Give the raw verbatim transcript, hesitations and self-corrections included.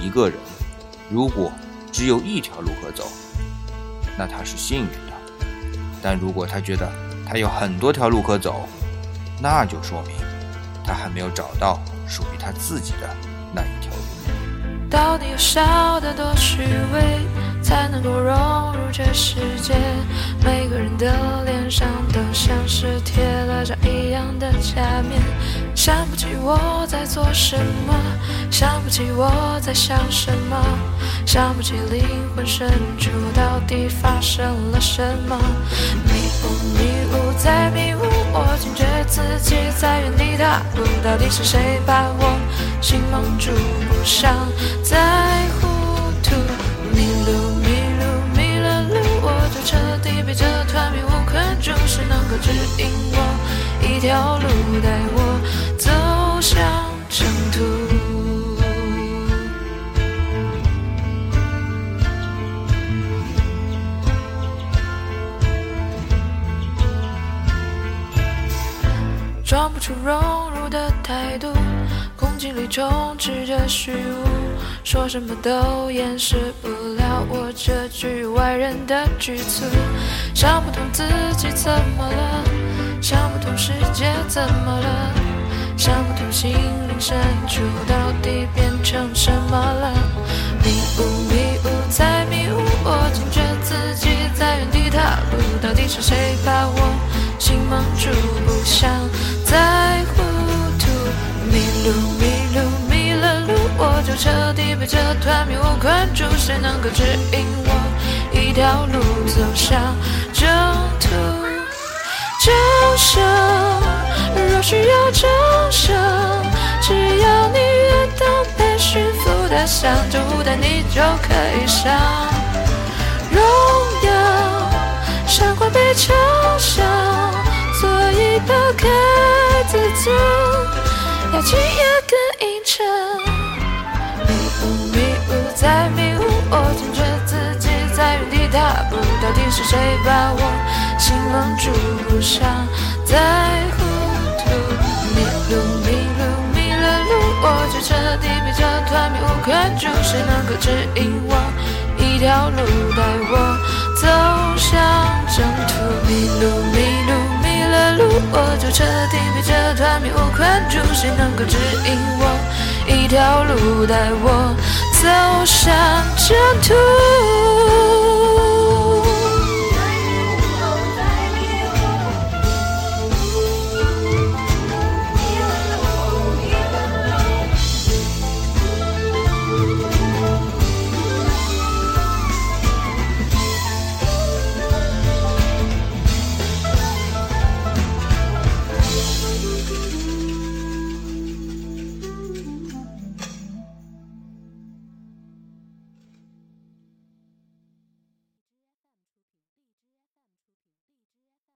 一个人，如果只有一条路可走，那他是幸运的；但如果他觉得他有很多条路可走，那就说明他还没有找到属于他自己的那一条路。 到底要笑得多虚伪，才能够融入这世界？每个人的脸上都像是贴了张一样的假面，想不起我在做什么，想不起我在想什么，想不起灵魂深处到底发生了什么。迷雾迷雾在迷雾，我惊觉自己在原地踏步，到底是谁把我心蒙住，不想再糊涂。迷路迷路迷了路，我就彻底被这团迷雾困住，谁能够指引我一条路，带我走向征途。装不出融入的态度，空气里充斥着虚无，说什么都掩饰不了我这局外人的局促。想不通自己怎么了，想不通世界怎么了，想不通心灵深处到底变成什么了。迷雾迷雾在迷雾，我惊觉自己在原地踏步，到底是谁把我心蒙住，不想再糊涂。迷路迷路迷了路，我就彻底被这团迷雾困住，谁能够指引我一条路走向征途？掌声，若需要掌声，只要你愿当被驯服的象，这舞台你就可以上。荣耀闪光被嘲笑，所以抛开自尊，要轻也更阴沉。迷雾迷雾在迷雾，我惊觉自己在原地踏步，到底是谁把我心蒙住，不想再糊涂。迷路迷路迷了路，我就彻底被这团迷雾困住，谁能够指引我一条路，带我走向征途？迷路迷路迷了路，我就彻底被这团迷雾困住，谁能够指引我一条路，带我走向征途？